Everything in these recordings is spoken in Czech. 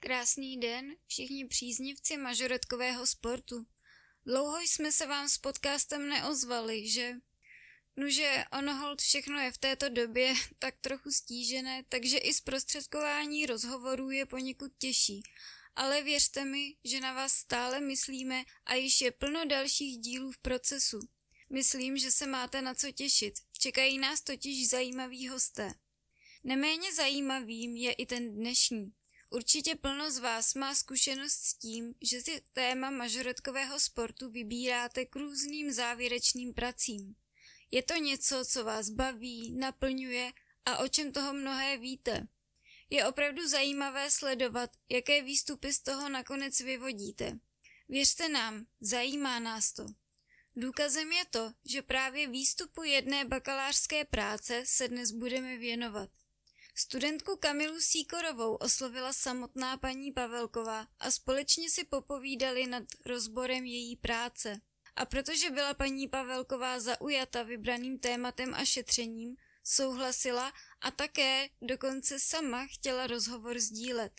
Krásný den, všichni příznivci mažoretkového sportu. Dlouho jsme se vám s podcastem neozvali, že? Nuže, ono hold všechno je v této době tak trochu stížené, takže i zprostředkování rozhovorů je poněkud těžší. Ale věřte mi, že na vás stále myslíme a již je plno dalších dílů v procesu. Myslím, že se máte na co těšit. Čekají nás totiž zajímaví hosté. Neméně zajímavým je i ten dnešní. Určitě plno z vás má zkušenost s tím, že si téma mažoretkového sportu vybíráte k různým závěrečným pracím. Je to něco, co vás baví, naplňuje a o čem toho mnohé víte. Je opravdu zajímavé sledovat, jaké výstupy z toho nakonec vyvodíte. Věřte nám, zajímá nás to. Důkazem je to, že právě výstupu jedné bakalářské práce se dnes budeme věnovat. Studentku Kamilu Sýkorovou oslovila samotná paní Pavelková a společně si popovídali nad rozborem její práce. A protože byla paní Pavelková zaujata vybraným tématem a šetřením, souhlasila a také dokonce sama chtěla rozhovor sdílet.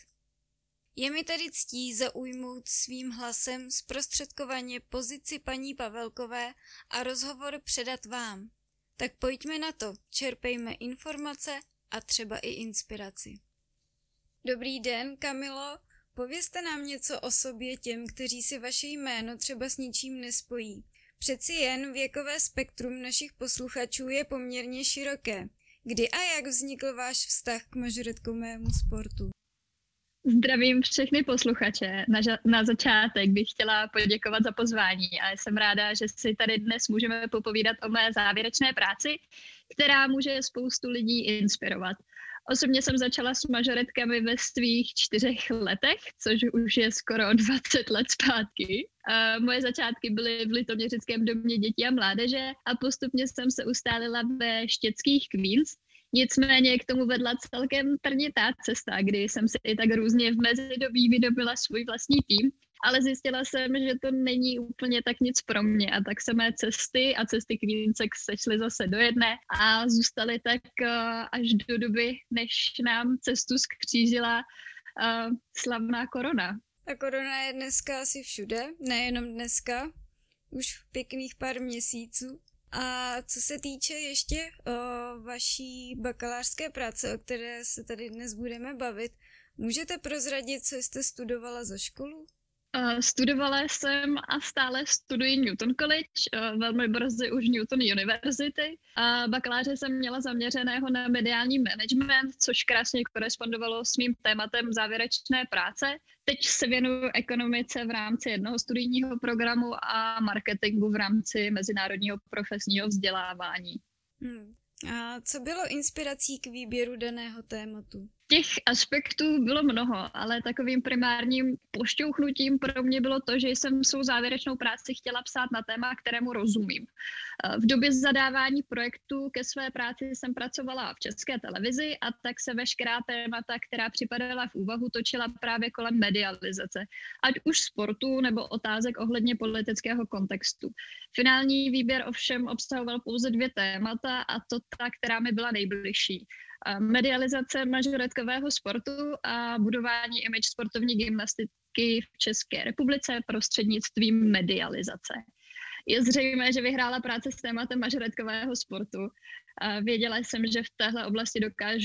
Je mi tedy ctí zaujmout svým hlasem zprostředkovaně pozici paní Pavelkové a rozhovor předat vám. Tak pojďme na to, čerpejme informace a třeba i inspiraci. Dobrý den, Kamilo. Povězte nám něco o sobě těm, kteří si vaše jméno třeba s ničím nespojí. Přeci jen věkové spektrum našich posluchačů je poměrně široké. Kdy a jak vznikl váš vztah k mažoretkovému sportu? Zdravím všechny posluchače. Na začátek bych chtěla poděkovat za pozvání a jsem ráda, že si tady dnes můžeme popovídat o mé závěrečné práci, která může spoustu lidí inspirovat. Osobně jsem začala s mažoretkami ve svých 4 letech, což už je skoro 20 let zpátky. Moje začátky byly v Litoměřickém domě dětí a mládeže a postupně jsem se ustálila ve štětských Queens. Nicméně k tomu vedla celkem trnitá cesta, kdy jsem si i tak různě v mezidobí vydobila svůj vlastní tým, ale zjistila jsem, že to není úplně tak nic pro mě a tak se mé cesty a cesty Queensek sešly zase do jedné a zůstaly tak až do doby, než nám cestu skřížila slavná korona. A korona je dneska asi všude, nejenom dneska, už pěkných pár měsíců. A co se týče ještě vaší bakalářské práce, o které se tady dnes budeme bavit, můžete prozradit, co jste studovala za školu? Studovala jsem a stále studuji Newton College, velmi brzy už Newton University. Bakaláře jsem měla zaměřeného na mediální management, což krásně korespondovalo s mým tématem závěrečné práce. Teď se věnuju ekonomice v rámci jednoho studijního programu a marketingu v rámci mezinárodního profesního vzdělávání. A co bylo inspirací k výběru daného tématu? Těch aspektů bylo mnoho, ale takovým primárním pošťouchnutím pro mě bylo to, že jsem svou závěrečnou práci chtěla psát na téma, kterému rozumím. V době zadávání projektu ke své práci jsem pracovala v České televizi a tak se veškerá témata, která připadala v úvahu, točila právě kolem medializace, ať už sportu nebo otázek ohledně politického kontextu. Finální výběr ovšem obsahoval pouze 2 témata a to ta, která mi byla nejbližší. Medializace mažoretkového sportu a budování image sportovní gymnastiky v České republice prostřednictvím medializace. Je zřejmé, že vyhrála práce s tématem mažoretkového sportu. Věděla jsem, že v téhle oblasti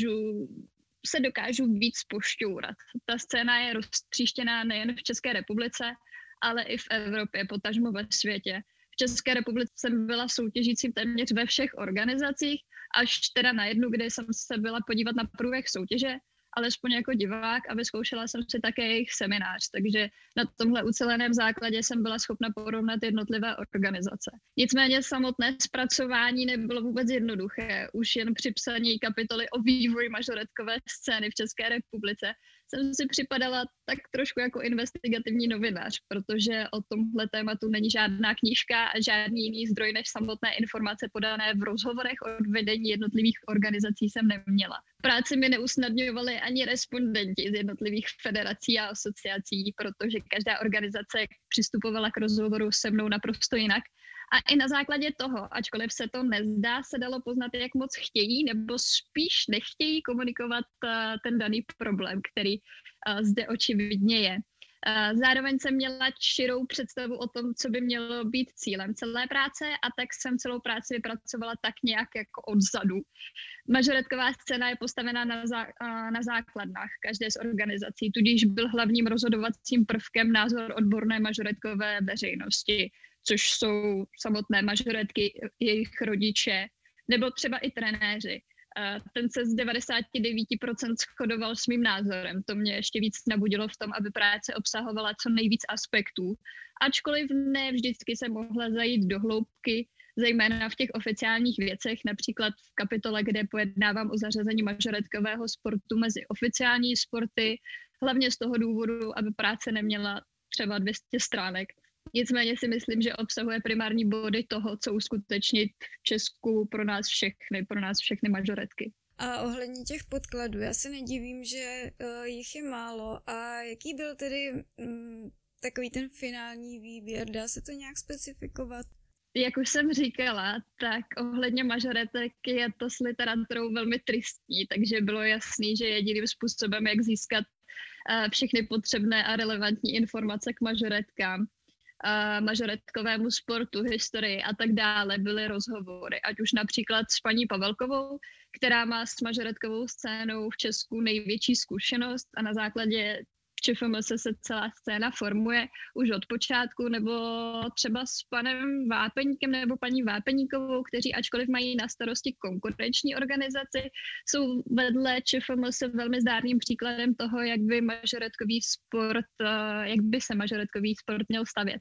dokážu víc pošťourat. Ta scéna je roztříštěná nejen v České republice, ale i v Evropě, potažmo ve světě. V České republice jsem byla soutěžícím téměř ve všech organizacích, až teda na jednu, kde jsem se byla podívat na průběh soutěže, alespoň jako divák a vyzkoušela jsem si také jejich seminář, takže na tomhle uceleném základě jsem byla schopna porovnat jednotlivé organizace. Nicméně samotné zpracování nebylo vůbec jednoduché. Už jen při psaní kapitoly o vývoji mažoretkové scény v České republice jsem si připadala tak trošku jako investigativní novinář, protože o tomhle tématu není žádná knížka a žádný jiný zdroj než samotné informace podané v rozhovorech od vedení jednotlivých organizací jsem neměla. Práci mi neusnadňovali ani respondenti z jednotlivých federací a asociací, protože každá organizace přistupovala k rozhovoru se mnou naprosto jinak A i na základě toho, ačkoliv se to nezdá, se dalo poznat, jak moc chtějí nebo spíš nechtějí komunikovat ten daný problém, který zde očividně je. Zároveň jsem měla širou představu o tom, co by mělo být cílem celé práce, a tak jsem celou práci vypracovala tak nějak jako odzadu. Mažoretková scéna je postavená na základnách každé z organizací, tudíž byl hlavním rozhodovacím prvkem názor odborné mažoretkové veřejnosti, což jsou samotné mažoretky, jejich rodiče, nebo třeba i trenéři. Ten se z 99% shodoval s mým názorem. To mě ještě víc nabudilo v tom, aby práce obsahovala co nejvíc aspektů. Ačkoliv ne vždycky se mohla zajít do hloubky, zejména v těch oficiálních věcech, například v kapitole, kde pojednávám o zařazení mažoretkového sportu mezi oficiální sporty, hlavně z toho důvodu, aby práce neměla třeba 200 stránek. Nicméně si myslím, že obsahuje primární body toho, co uskutečnit v Česku pro nás všechny mažoretky. A ohledně těch podkladů, já se nedivím, že jich je málo. A jaký byl tedy takový ten finální výběr? Dá se to nějak specifikovat? Jak už jsem říkala, tak ohledně mažoretek je to s literaturou velmi tristní, takže bylo jasný, že jediným způsobem, jak získat všechny potřebné a relevantní informace k mažoretkám, mažoretkovému sportu, historii a tak dále, byly rozhovory. Ať už například s paní Pavelkovou, která má s mažoretkovou scénou v Česku největší zkušenost a na základě ČFMS se celá scéna formuje už od počátku, nebo třeba s panem Vápeníkem nebo paní Vápeníkovou, kteří ačkoliv mají na starosti konkurenční organizaci, jsou vedle ČFMS velmi zdárným příkladem toho, jak by se mažoretkový sport měl stavět.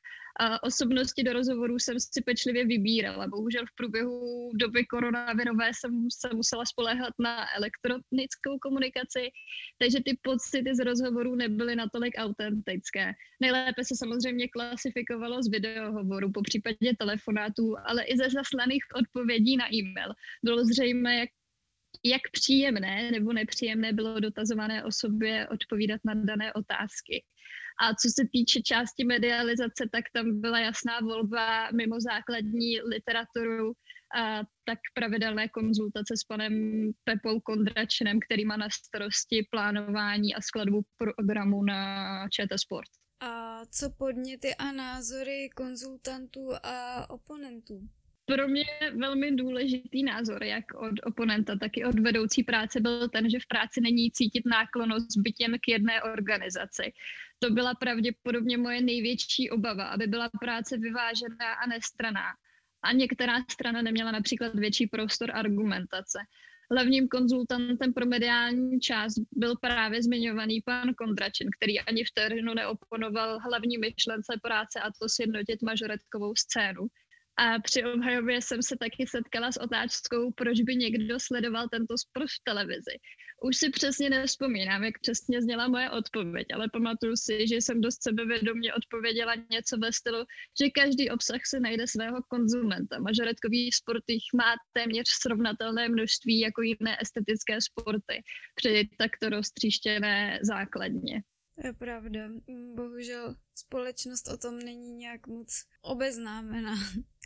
Osobnosti do rozhovorů jsem si pečlivě vybírala. Bohužel v průběhu doby koronavirové jsem se musela spoléhat na elektronickou komunikaci, takže ty pocity z rozhovorů nebyly natolik autentické. Nejlépe se samozřejmě klasifikovalo z videohovorů, po případě telefonátů, ale i ze zaslaných odpovědí na e-mail. Bylo zřejmé, jak příjemné nebo nepříjemné bylo dotazované osobě odpovídat na dané otázky. A co se týče části medializace, tak tam byla jasná volba mimo základní literaturu, tak pravidelné konzultace s panem Pepou Kondračinem, který má na starosti plánování a skladbu programu na ČT Sport. A co podněty a názory konzultantů a oponentů? Pro mě velmi důležitý názor, jak od oponenta, tak i od vedoucí práce, byl ten, že v práci není cítit náklonnost byt jen k jedné organizaci. To byla pravděpodobně moje největší obava, aby byla práce vyvážená a nestranná. A některá strana neměla například větší prostor argumentace. Hlavním konzultantem pro mediální část byl právě zmiňovaný pan Kondračin, který ani vteřinu neoponoval hlavní myšlence práce, a to sjednotit mažoretkovou scénu. A při obhajobě jsem se taky setkala s otázkou, proč by někdo sledoval tento sport v televizi. Už si přesně nevzpomínám, jak přesně zněla moje odpověď, ale pamatuju si, že jsem dost sebevědomě odpověděla něco ve stylu, že každý obsah si najde svého konzumenta. Mažoretkový sport jich má téměř srovnatelné množství jako jiné estetické sporty při takto roztříštěné základně. To je pravda. Bohužel společnost o tom není nějak moc obeznámená.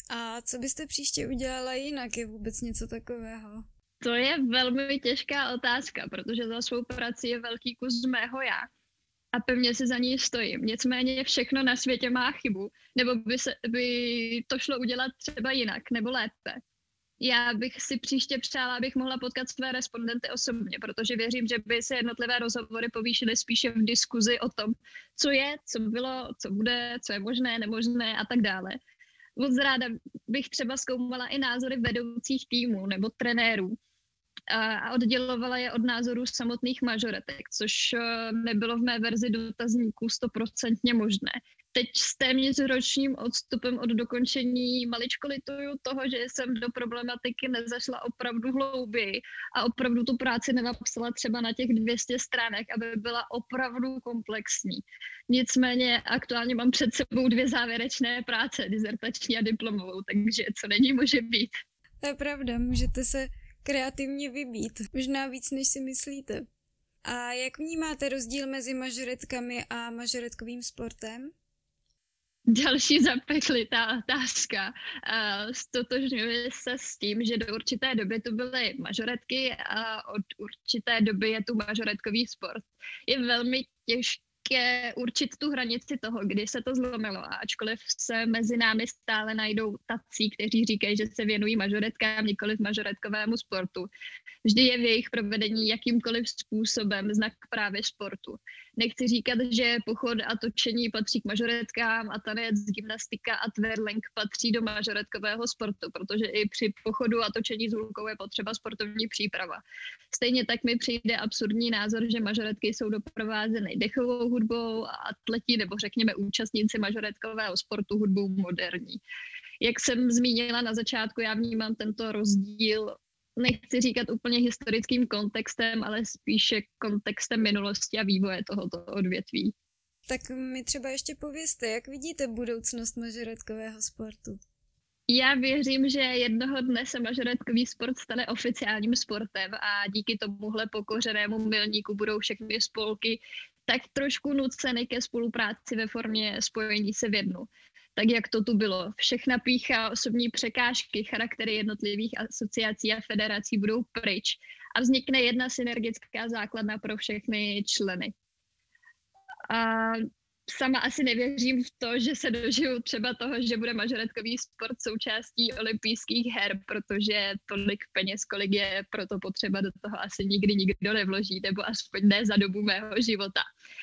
A co byste příště udělala jinak? Je vůbec něco takového? To je velmi těžká otázka, protože za svou práci je velký kus mého já. A pevně si za ní stojím. Nicméně všechno na světě má chybu, nebo by to šlo udělat třeba jinak, nebo lépe. Já bych si příště přála, abych mohla potkat své respondenty osobně, protože věřím, že by se jednotlivé rozhovory povýšily spíše v diskuzi o tom, co je, co bylo, co bude, co je možné, nemožné a tak dále. Moc ráda bych třeba zkoumala i názory vedoucích týmů nebo trenérů a oddělovala je od názorů samotných mažoretek, což nebylo v mé verzi dotazníků 100% možné. Teď s téměř ročním odstupem od dokončení maličko lituju toho, že jsem do problematiky nezašla opravdu hlouběji a opravdu tu práci nenapsala třeba na těch 200 stránek, aby byla opravdu komplexní. Nicméně aktuálně mám před sebou 2 závěrečné práce, dizertační a diplomovou, takže co není, může být. To je pravda, můžete se kreativně vybít, možná víc, než si myslíte. A jak vnímáte rozdíl mezi mažoretkami a mažoretkovým sportem? Další zapeklitá otázka. Stotožňuji se s tím, že do určité doby tu byly mažoretky a od určité doby je tu mažoretkový sport. Je velmi těžké určit tu hranici toho, kdy se to zlomilo. A ačkoliv se mezi námi stále najdou tací, kteří říkají, že se věnují mažoretkám, nikoliv mažoretkovému sportu, vždy je v jejich provedení jakýmkoliv způsobem znak právě sportu. Nechci říkat, že pochod a točení patří k mažoretkám a tanec, gymnastika a twirling patří do mažoretkového sportu, protože i při pochodu a točení s hůlkou je potřeba sportovní příprava. Stejně tak mi přijde absurdní názor, že mažoretky jsou doprovázeny dechovou hudbou a atleti nebo řekněme účastníci mažoretkového sportu hudbou moderní. Jak jsem zmínila na začátku, já vnímám tento rozdíl, nechci říkat úplně historickým kontextem, ale spíše kontextem minulosti a vývoje tohoto odvětví. Tak mi třeba ještě povězte, jak vidíte budoucnost mažoretkového sportu? Já věřím, že jednoho dne se mažoretkový sport stane oficiálním sportem a díky tomuhle pokořenému milníku budou všechny spolky tak trošku nuceny ke spolupráci ve formě spojení se v jednu. Tak jak to tu bylo. Všechna pýcha, osobní překážky, charaktery jednotlivých asociací a federací budou pryč a vznikne jedna synergická základna pro všechny členy. A sama asi nevěřím v to, že se dožiju třeba toho, že bude mažoretkový sport součástí olympijských her, protože tolik peněz, kolik je proto potřeba, do toho asi nikdy nikdo nevloží, nebo aspoň ne za dobu mého života.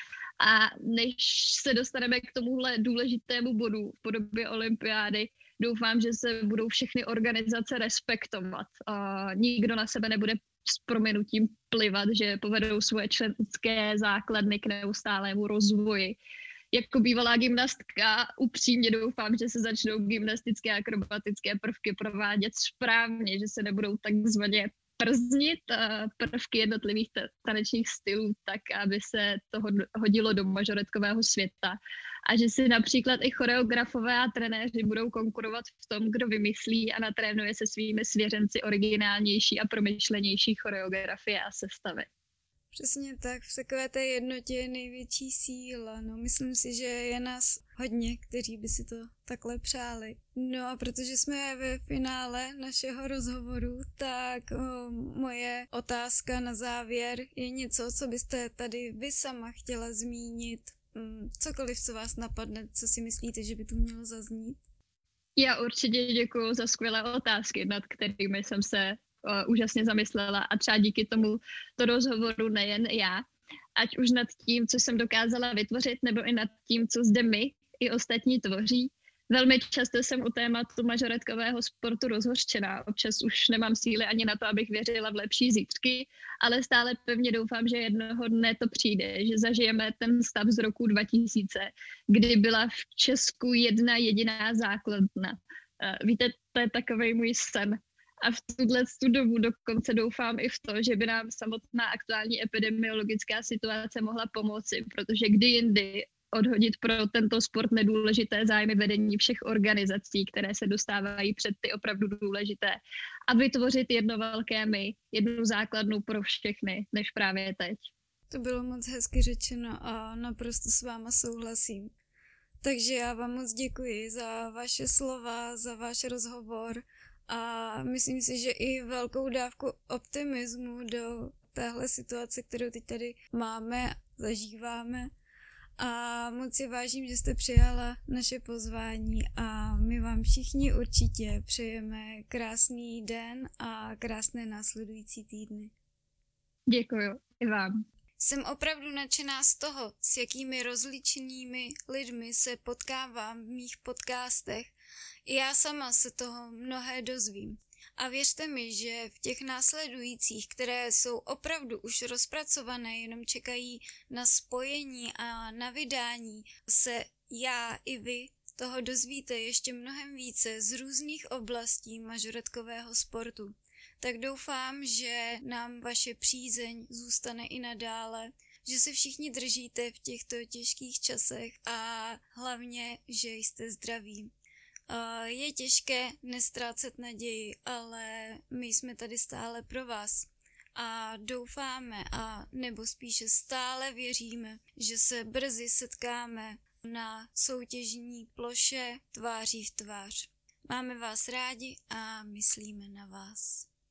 A než se dostaneme k tomuhle důležitému bodu v podobě olympiády, doufám, že se budou všechny organizace respektovat. Nikdo na sebe nebude s prominutím plivat, že povedou svoje členské základny k neustálému rozvoji. Jako bývalá gymnastka upřímně doufám, že se začnou gymnastické a akrobatické prvky provádět správně, že se nebudou takzvaně prznit prvky jednotlivých tanečních stylů tak, aby se to hodilo do mažoretkového světa. A že si například i choreografové a trenéři budou konkurovat v tom, kdo vymyslí a natrénuje se svými svěřenci originálnější a promyšlenější choreografie a sestavy. Přesně tak, v takové té jednotě je největší síla. No, myslím si, že je nás hodně, kteří by si to takhle přáli. No a protože jsme ve finále našeho rozhovoru, tak moje otázka na závěr je něco, co byste tady vy sama chtěla zmínit. Cokoliv, co vás napadne, co si myslíte, že by tu mělo zaznít? Já určitě děkuju za skvělé otázky, nad kterými jsem se úžasně zamyslela a třeba díky tomu to rozhovoru nejen já, ať už nad tím, co jsem dokázala vytvořit, nebo i nad tím, co zde my i ostatní tvoří. Velmi často jsem u tématu mažoretkového sportu rozhořčená. Občas už nemám síly ani na to, abych věřila v lepší zítřky, ale stále pevně doufám, že jednoho dne to přijde, že zažijeme ten stav z roku 2000, kdy byla v Česku jedna jediná základna. Víte, to je takovej můj sen. A v tu dobu dokonce doufám i v to, že by nám samotná aktuální epidemiologická situace mohla pomoci, protože kdy jindy odhodit pro tento sport nedůležité zájmy vedení všech organizací, které se dostávají před ty opravdu důležité a vytvořit jedno velké my, jednu základnu pro všechny, než právě teď. To bylo moc hezky řečeno a naprosto s váma souhlasím. Takže já vám moc děkuji za vaše slova, za váš rozhovor a myslím si, že i velkou dávku optimismu do téhle situace, kterou teď tady máme, zažíváme. A moc si vážím, že jste přijala naše pozvání a my vám všichni určitě přejeme krásný den a krásné následující týdny. Děkuju, i vám. Jsem opravdu nadšená z toho, s jakými rozličnými lidmi se potkávám v mých podcastech. I já sama se toho mnohé dozvím. A věřte mi, že v těch následujících, které jsou opravdu už rozpracované, jenom čekají na spojení a na vydání, se já i vy toho dozvíte ještě mnohem více z různých oblastí mažoretkového sportu. Tak doufám, že nám vaše přízeň zůstane i nadále, že se všichni držíte v těchto těžkých časech a hlavně, že jste zdraví. Je těžké nestrácet naději, ale my jsme tady stále pro vás a doufáme a nebo spíše stále věříme, že se brzy setkáme na soutěžní ploše tváří v tvář. Máme vás rádi a myslíme na vás.